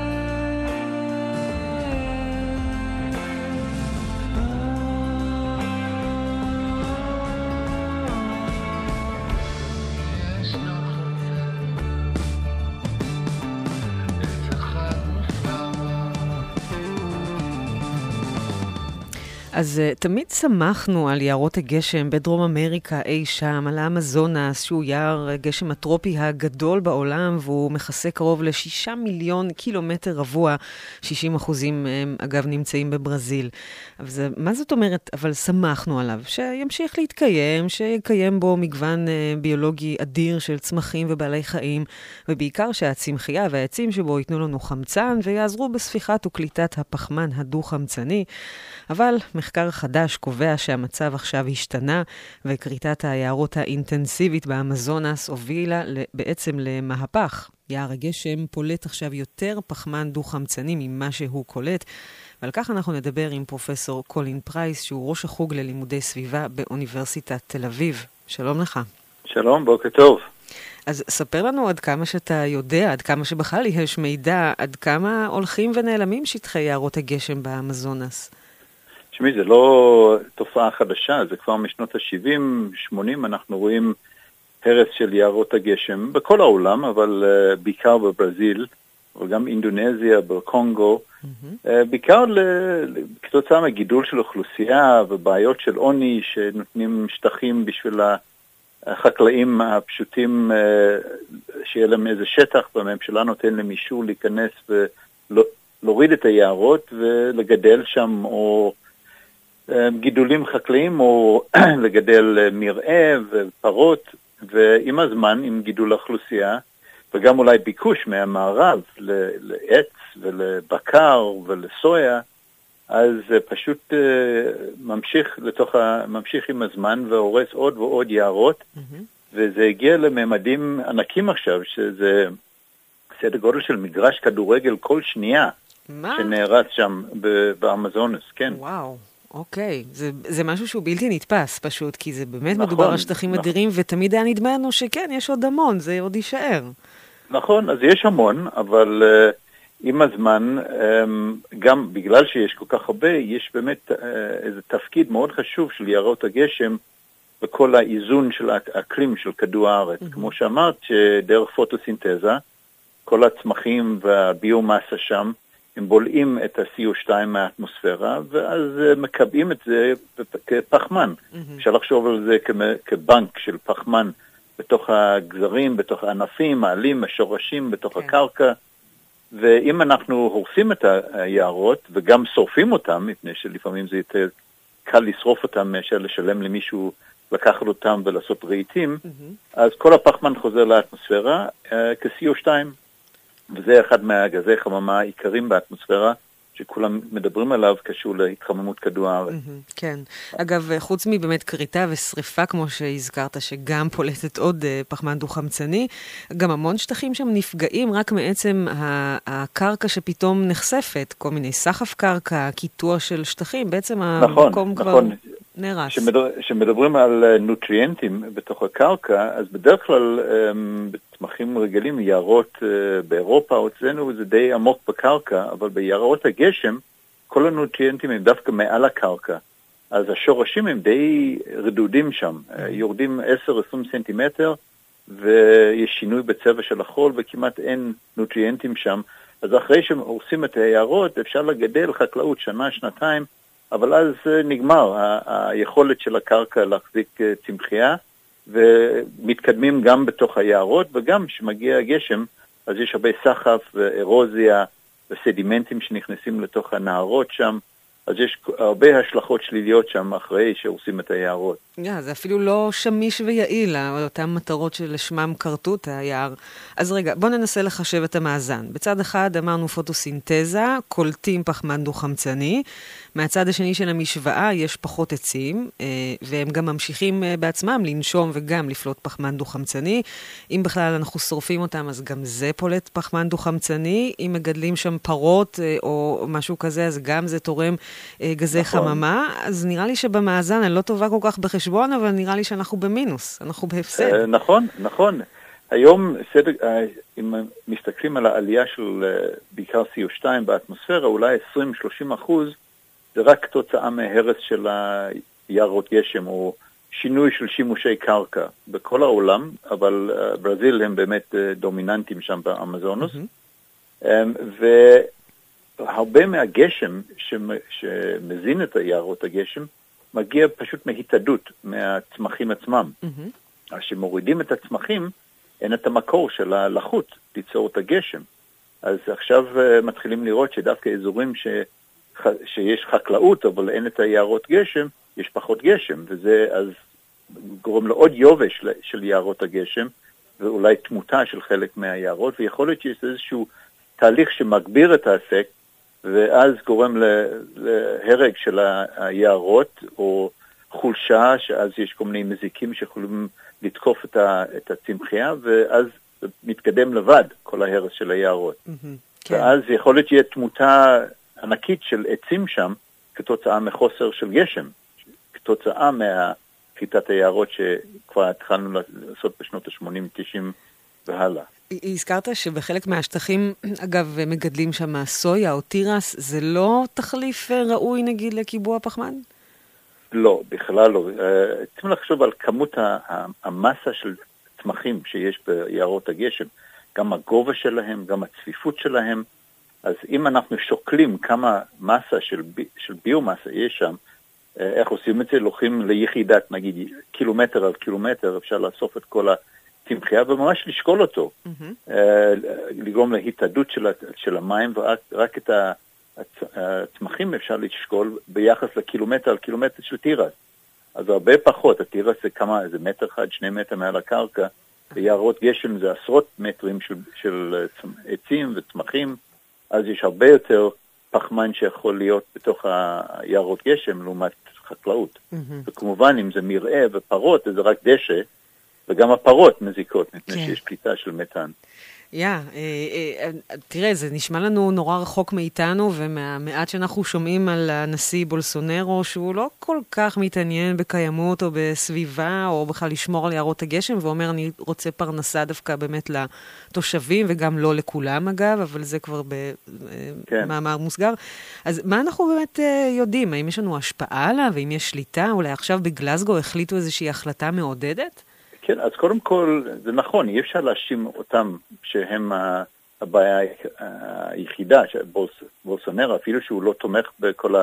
אז תמיד שמחנו על יערות הגשם בדרום אמריקה אי שם, על האמזונס, שהוא יער הגשם הטרופי הגדול בעולם, והוא מכסה קרוב ל6 מיליון קילומטר רבוע, 60% מהם אגב נמצאים בברזיל. מה זאת אומרת? אבל שמחנו עליו, שימשיך להתקיים, שיקיים בו מגוון ביולוגי אדיר של צמחים ובעלי חיים, ובעיקר שהצמחייה והעצים שבו ייתנו לנו חמצן, ויעזרו בספיחת וקליטת הפחמן הדו-חמצני. אבל מחקר חדש קובע שהמצב עכשיו השתנה, וכריתת היערות האינטנסיבית באמזונס הובילה בעצם למהפך. יער הגשם פולט עכשיו יותר פחמן דו-חמצני ממה שהוא קולט, ועל כך אנחנו נדבר עם פרופסור קולין פרייס, שהוא ראש החוג ללימודי סביבה באוניברסיטת תל אביב. שלום לך. שלום, בוקר טוב. אז ספר לנו עד כמה שאתה יודע, עד כמה שבכלל יש מידע, עד כמה הולכים ונעלמים שטחי יערות הגשם באמזונס. תשמעי, זה לא תופעה חדשה, זה כבר משנות ה-70-80, אנחנו רואים הרס של יערות הגשם בכל העולם, אבל בעיקר בברזיל, אבל גם אינדונזיה, בקונגו, בעיקר כתוצאה מהגידול של אוכלוסייה ובעיות של עוני שנותנים שטחים בשביל החקלאים הפשוטים, שיהיה להם איזה שטח, והממשלה נותן להם אישור להיכנס ולהוריד את היערות ולגדל שם או גידולים חקלאיים או לגדל מרעה ופרות, ועם הזמן, עם גידול האוכלוסייה, וגם אולי ביקוש מהמערב לעץ ולבקר ולסויה, אז פשוט ממשיך עם הזמן והורס עוד ועוד יערות, וזה הגיע לממדים ענקים עכשיו, שזה סדר גודל של מגרש כדורגל כל שנייה, שנהרס שם באמזונס, כן. וואו. אוקיי, זה משהו שהוא בלתי נתפס פשוט, כי זה באמת מדובר על שטחים אדירים, ותמיד היה נדמה לנו שכן, יש עוד המון, זה עוד יישאר. נכון, אז יש המון, אבל עם הזמן, גם בגלל שיש כל כך הרבה, יש באמת איזה תפקיד מאוד חשוב של יערות הגשם, בכל האיזון של האקלים של כדור הארץ. כמו שאמרת, שדרך פוטוסינתזה, כל הצמחים והביומאסה שם, הם בולעים את ה-CO2 מהאטמוספירה, ואז מקבעים את זה כפחמן. אפשר לחשוב על זה כבנק של פחמן בתוך הגזרים, בתוך הענפים, העלים, השורשים, בתוך הקרקע. ואם אנחנו הורסים את היערות, וגם שורפים אותם, מפני שלפעמים זה יותר קל לשרוף אותם, מאשר לשלם למישהו לקחת אותם ולעשות רהיטים, אז כל הפחמן חוזר לאטמוספירה כ-CO2. וזה אחד מהגזי חממה העיקרים באטמוספירה, שכולם מדברים עליו קשור להתחממות כדור הארץ. כן. אגב, חוץ מבאמת קריטה ושריפה, כמו שהזכרת, שגם פולטת עוד פחמן דו-חמצני, גם המון שטחים שם נפגעים רק מעצם הקרקע שפתאום נחשפת, כל מיני סחף קרקע, קיטוע של שטחים, בעצם המקום כבר נהרס. שמדברים על נוטריאנטים בתוך הקרקע, אז בדרך כלל בצמחים רגילים, יערות באירופה או אצלנו, זה די עמוק בקרקע, אבל ביערות הגשם, כל הנוטריאנטים הם דווקא מעל הקרקע. אז השורשים הם די רדודים שם, יורדים 10-20 סנטימטר, ויש שינוי בצבע של החול, וכמעט אין נוטריאנטים שם. אז אחרי שעושים את היערות, אפשר לגדל חקלאות שנה, שנתיים, אבל אז נגמר היכולת של הקרקע להחזיק צמחייה, ומתקדמים גם בתוך היערות, וגם שמגיע הגשם, אז יש הרבה סחף ואירוזיה וסדימנטים שנכנסים לתוך הנהרות שם, אז יש הרבה השלכות שליליות שם אחרי שעושים את היערות. זה אפילו לא שמיש ויעיל, אותן מטרות שלשמם קרתו את היער. אז רגע, בוא ננסה לחשב את המאזן. בצד אחד אמרנו פוטוסינתזה, קולטים פחמן דו-חמצני. מהצד השני של המשוואה יש פחות עצים, והם גם ממשיכים בעצמם לנשום וגם לפלוט פחמן דו-חמצני. אם בכלל אנחנו שורפים אותם, אז גם זה פולט פחמן דו-חמצני. אם מגדלים שם פרות או משהו כזה, אז גם זה תורם גזי חממה. אז נראה לי שבמאזן אני לא טובה כל כך בחשבון, אבל נראה לי שאנחנו במינוס, אנחנו בהפסד. נכון. היום, אם מסתכלים על העלייה של בעיקר CO2 באטמוספירה, אולי 20-30% זה רק תוצאה מהרס של היערות גשם, או שינוי של שימושי קרקע בכל העולם, אבל ברזיל הם באמת דומיננטים שם באמזונוס, והרבה מהגשם שמזין את היערות הגשם, מגיע פשוט מהתאדות, מהצמחים עצמם. אז שמורידים את הצמחים, אין את המקור של הלחות ליצור את הגשם. אז עכשיו מתחילים לראות שדווקא אזורים שיש חקלאות, אבל אין את היערות גשם, יש פחות גשם, וזה אז גורם לעוד יובש של יערות הגשם, ואולי תמותה של חלק מהיערות, ויכול להיות שיש איזשהו תהליך שמגביר את האפקט, ואז גורם להרג של היערות, או חולשה, שאז יש כל מיני מזיקים שיכולים לתקוף את הצמחייה, ואז מתקדם לבד כל ההרס של היערות. ואז יכול להיות שיהיה תמותה ענקית של עצים שם, כתוצאה מחוסר של גשם, כתוצאה מהחיטת היערות שכבר התחלנו לעשות בשנות ה-80-90 והלאה. הזכרת שבחלק מהשטחים, אגב, מגדלים שם סויה או תירס, זה לא תחליף ראוי, נגיד, לקיבוע פחמן? לא, בכלל לא. צריכים לחשוב על כמות המסה של צמחים שיש ביערות הגשם, גם הגובה שלהם, גם הצפיפות שלהם. אז אם אנחנו שוקלים כמה מסה של ביומסה יש שם, איך עושים את זה? לוקחים ליחידת, נגיד, קילומטר על קילומטר, אפשר לאסוף את כל הצמחייה וממש לשקול אותו, לגרום להתאדות של המים, ורק את הצמחים אפשר לשקול ביחס לקילומטר על קילומטר של תירס. אז הרבה פחות, התירס זה כמה, זה מטר אחד, 2 מטר מעל הקרקע, ביערות גשם זה עשרות מטרים של עצים וצמחים, אז יש הרבה יותר פחמן שיכול להיות בתוך היערות גשם לעומת חקלאות. וכמובן אם זה מרעה ופרות, זה רק דשא, וגם הפרות מזיקות, מפני שיש פליטה של מתאן. תראה, זה נשמע לנו נורא רחוק מאיתנו, ומהמעט שאנחנו שומעים על הנשיא בולסונרו, שהוא לא כל כך מתעניין בקיימות או בסביבה, או בכלל לשמור על יערות הגשם, ואומר, אני רוצה פרנסה דווקא באמת לתושבים, וגם לא לכולם אגב, אבל זה כבר במאמר מוסגר. אז מה אנחנו באמת יודעים? האם יש לנו השפעה עליו, ואם יש שליטה? אולי עכשיו בגלסגו החליטו איזושהי החלטה מעודדת? כן, אז קודם כל, זה נכון, אי אפשר להאשים אותם שהם הבעיה היחידה, שבולסונרו, אפילו שהוא לא תומך בכל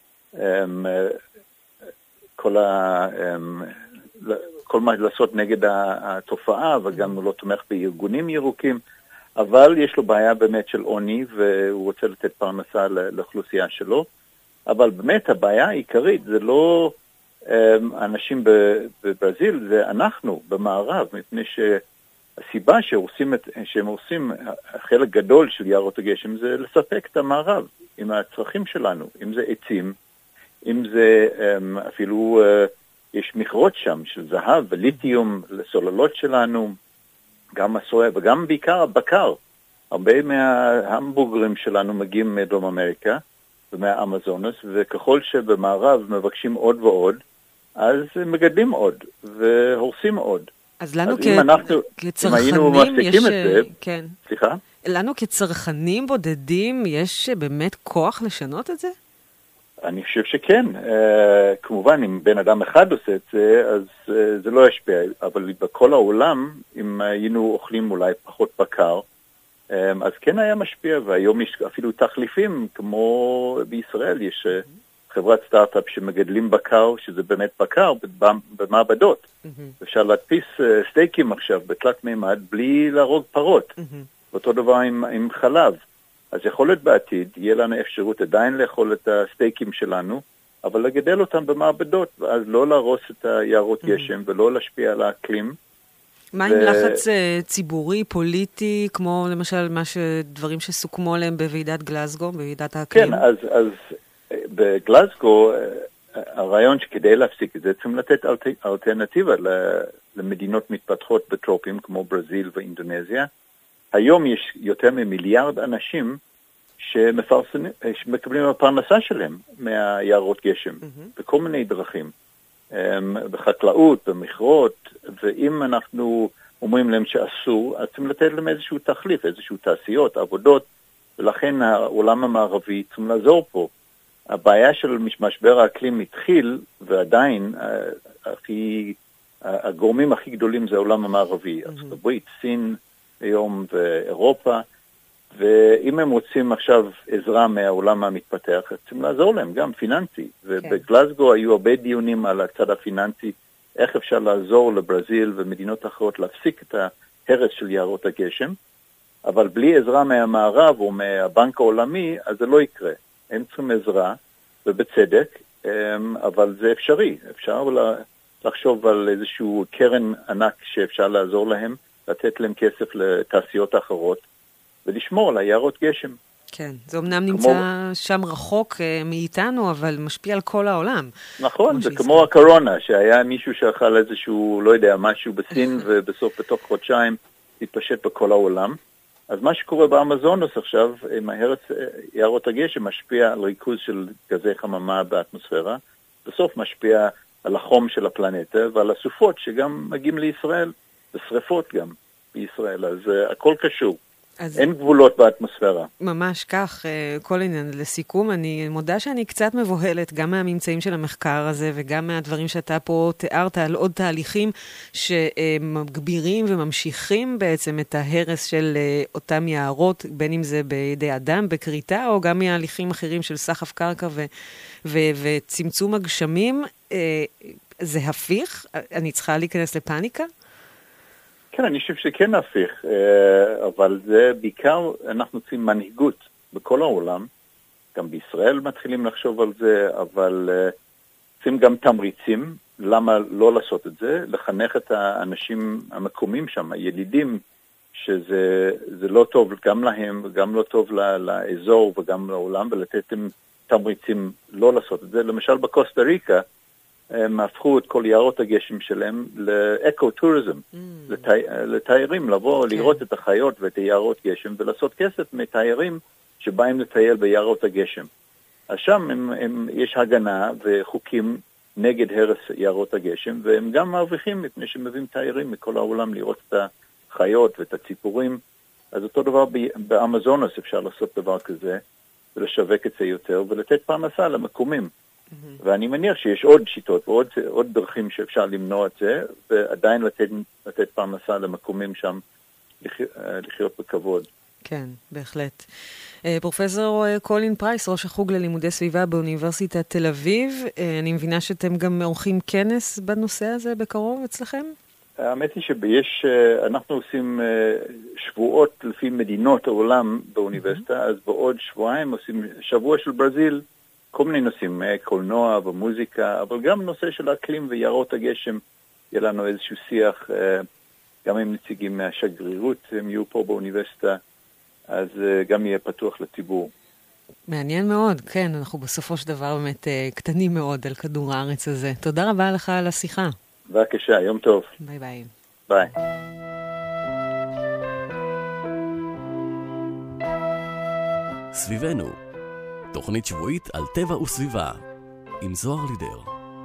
כל מה לעשות נגד התופעה, וגם הוא לא תומך בארגונים ירוקים, אבל יש לו בעיה באמת של עוני, והוא רוצה לתת פרנסה לאוכלוסייה שלו, אבל באמת הבעיה העיקרית זה לא אנשים בברזיל, זה אנחנו במערב, מפני שהסיבה שהם עושים חלק גדול של יערות הגשם זה לספק את המערב עם הצרכים שלנו, אם זה עצים, אם זה אפילו יש מכרות שם של זהב וליתיום לסוללות שלנו, גם הסויה וגם בעיקר הבקר. הרבה מההמבורגרים שלנו מגיעים מדרום אמריקה ומהאמזונס, וככל שבמערב מבקשים עוד ועוד, אז מגדלים עוד והורסים עוד. אז לנו כצרכנים יש... כן. סליחה? לנו כצרכנים בודדים יש באמת כוח לשנות את זה? אני חושב שכן. כמובן, אם בן אדם אחד עושה את זה, אז זה לא ישפיע. אבל בכל העולם, אם היינו אוכלים אולי פחות בקר, אז כן היה משפיע, והיום יש אפילו תחליפים, כמו בישראל יש חברת סטארט-אפ שמגדלים בקר, שזה באמת בקר, במעבדות. אפשר להדפיס סטייקים עכשיו בתלת מימד, בלי להרוג פרות. אותו דבר עם חלב. אז יכול להיות בעתיד, יהיה לנו אפשרות עדיין לאכול את הסטייקים שלנו, אבל לגדל אותם במעבדות, ואז לא להרוס את היערות גשם ולא להשפיע על האקלים. מה עם לחץ ציבורי, פוליטי, כמו למשל דברים שסוכמו עליהם בוועידת גלזגו, בוועידת האקלים? כן, אז בגלזגו, הרעיון שכדי להפסיק את זה, צריכים לתת אלטרנטיבה למדינות מתפתחות בטרופים, כמו ברזיל ואינדונזיה. היום יש יותר ממיליארד אנשים שמקבלים הפרנסה שלהם מהיערות גשם, בכל מיני דרכים. בחקלאות, במכרות, ואם אנחנו אומרים להם שאסור, אז צריכים לתת להם איזשהו תחליף, איזשהו תעשיות, עבודות, ולכן העולם המערבי צריכים לעזור פה. הבעיה של משבר האקלים התחיל, ועדיין הגורמים הכי גדולים זה העולם המערבי, ארצות הברית, סין היום ואירופה, ואם הם רוצים עכשיו עזרה מהעולם המתפתח, צריכים לעזור להם, גם פיננסי. ובגלזגו היו הרבה דיונים על הצד הפיננסי, איך אפשר לעזור לברזיל ומדינות אחרות להפסיק את ההרס של יערות הגשם, אבל בלי עזרה מהמערב או מהבנק העולמי, אז זה לא יקרה. הם צריכים עזרה, ובצדק, אבל זה אפשרי. אפשר לחשוב על איזשהו קרן ענק שאפשר לעזור להם, לתת להם כסף לתעשיות אחרות, ולשמור על היערות גשם. כן, זה אמנם נמצא שם רחוק מאיתנו, אבל משפיע על כל העולם. נכון, זה כמו הקורונה, שהיה מישהו שאכל איזשהו, לא יודע, משהו בסין, ובסוף בתוך חודשיים התפשט בכל העולם. אז מה שקורה באמזונוס עכשיו, עם יערות הגשם, משפיע על ריכוז של גזי חממה באטמוספירה, בסוף משפיע על החום של הפלנטה, ועל הסופות שגם מגיעים לישראל, ושריפות גם בישראל, אז הכל קשור. אין גבולות באטמוספירה. ממש כך, כל עניין. לסיכום, אני מודה שאני קצת מבוהלת גם מהממצאים של המחקר הזה וגם מהדברים שאתה פה תיארת על עוד תהליכים שמגבירים וממשיכים בעצם את ההרס של אותם יערות, בין אם זה בידי אדם, בקריטה, או גם מההליכים אחרים של סחף קרקע וצמצום הגשמים. זה הפיך? אני צריכה להיכנס לפאניקה? כן, אני חושב שכן הפיך, אבל זה בעיקר, אנחנו צריכים מנהיגות בכל העולם, גם בישראל מתחילים לחשוב על זה, אבל צריכים גם תמריצים, למה לא לעשות את זה, לחנך את האנשים המקומיים שם, הילידים, שזה לא טוב גם להם, וגם לא טוב לאזור וגם לעולם, ולתת להם תמריצים לא לעשות את זה. למשל בקוסטה ריקה, הם הפכו את כל יערות הגשם שלהם לאקו-טוריזם, לתיירים, לבוא, לראות את החיות ואת היערות גשם, ולעשות כסף מתיירים שבאים לטייל ביערות הגשם. אז שם יש הגנה וחוקים נגד הרס יערות הגשם, והם גם מרוויחים מפני שמביאים תיירים מכל העולם לראות את החיות ואת הציפורים. אז אותו דבר באמזונוס אפשר לעשות דבר כזה, ולשווק את זה יותר, ולתת פרנסה למקומים. ואני מניח שיש עוד שיטות ועוד דרכים שאפשר למנוע את זה, ועדיין לתת פרנסה למקומים שם לחיות בכבוד. כן, בהחלט. פרופסור קולין פרייס, ראש החוג ללימודי סביבה באוניברסיטת תל אביב, אני מבינה שאתם גם עורכים כנס בנושא הזה בקרוב אצלכם? האמת היא שאנחנו עושים שבועות לפי מדינות העולם באוניברסיטה, אז בעוד שבועיים עושים שבוע של ברזיל, כל מיני נושאים, קולנוע ומוזיקה, אבל גם נושא של האקלים ויערות הגשם, יהיה לנו איזשהו שיח, גם עם נציגים מהשגרירות, הם יהיו פה באוניברסיטה, אז גם יהיה פתוח לציבור. מעניין מאוד, כן, אנחנו בסופו של דבר באמת קטנים מאוד על כדור הארץ הזה. תודה רבה לך על השיחה. בבקשה, יום טוב. ביי ביי. ביי. סביבנו, תוכנית שבועית על טבע וסביבה, עם זוהר לידר.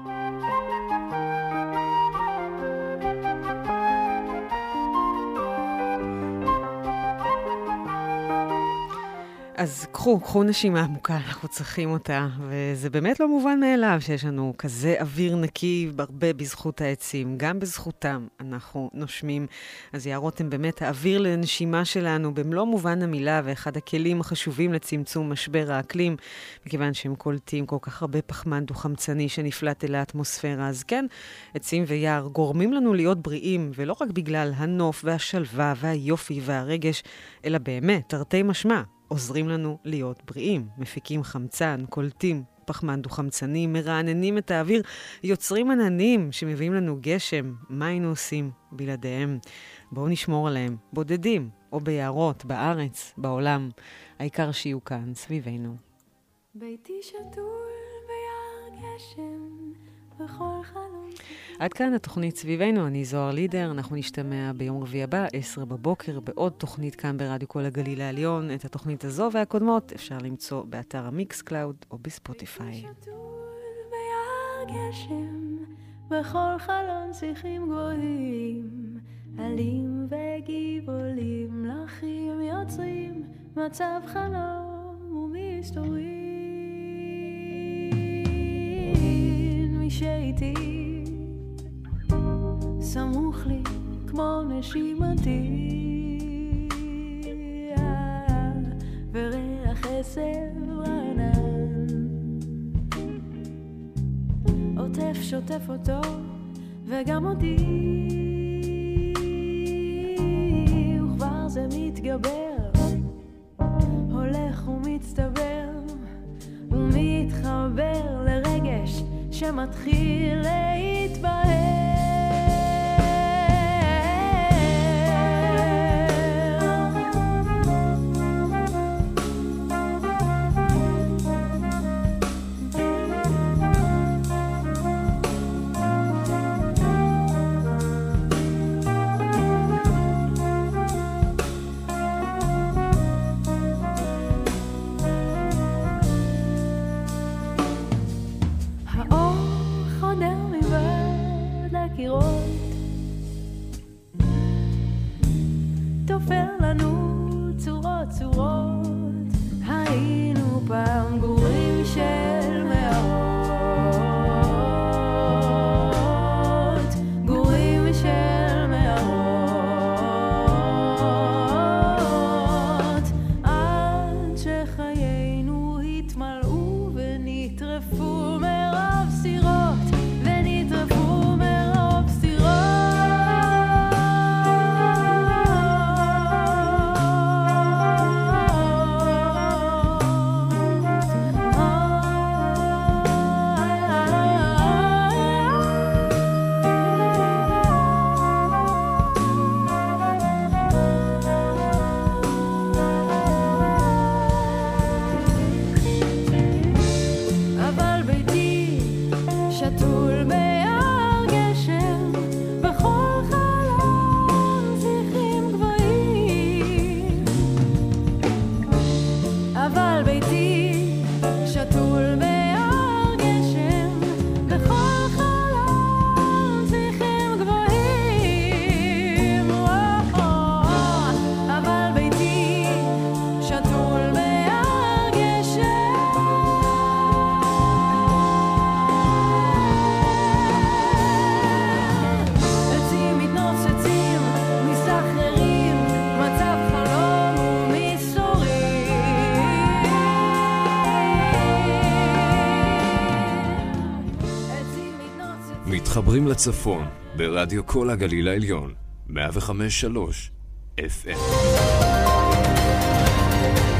אז קחו נשימה עמוקה, אנחנו צריכים אותה, וזה באמת לא מובן מאליו שיש לנו כזה אוויר נקי הרבה בזכות העצים, גם בזכותם אנחנו נושמים. אז יערות הם באמת האוויר לנשימה שלנו במלוא מובן המילה, ואחד הכלים החשובים לצמצום משבר האקלים, מכיוון שהם קולטים כל כך הרבה פחמן דו-חמצני שנפלט אל האטמוספירה. אז כן, עצים ויער גורמים לנו להיות בריאים, ולא רק בגלל הנוף והשלווה והיופי והרגש, אלא באמת, תרתי משמע. עוזרים לנו להיות בריאים, מפיקים חמצן, קולטים פחמן דו-חמצני, מרעננים את האוויר, יוצרים עננים שמביאים לנו גשם. מה היינו עושים בלעדיהם? בואו נשמור עליהם, בודדים או ביערות, בארץ, בעולם. העיקר שיהיו כאן סביבנו. ביתי שתול ביער גשם בכל חלום. עד כאן התוכנית סביבנו, אני זוהר לידר, אנחנו נשתמע ביום רביעי הבא, 10 בבוקר, בעוד תוכנית כאן ברדיו כל הגליל העליון. את התוכנית הזו והקודמות אפשר למצוא באתר המיקס קלאוד או בספוטיפיי. ביתי שתול ביער גשם בכל חלון שיחים גבוהים, עלים וגיבולים לחים יוצרים מצב חלום ומסתורים. מי שאיתי סמוך לי כמו נשימתי, וריח עשב רענן עוטף שוטף אותו וגם אותי, וכבר זה מתגבר, הולך ומצטבר ומתחבר לרגש שמתחיל להתבהר. תופר לנו צורות צורות, היינו פעם גורים של מערות, גורים של מערות, עד שחיינו התמלאו ונטרפו מרוב סירות, ונטרפו מרוב סירות. מתחברים לצפון ברדיו כל הגליל העליון 105.3 FM.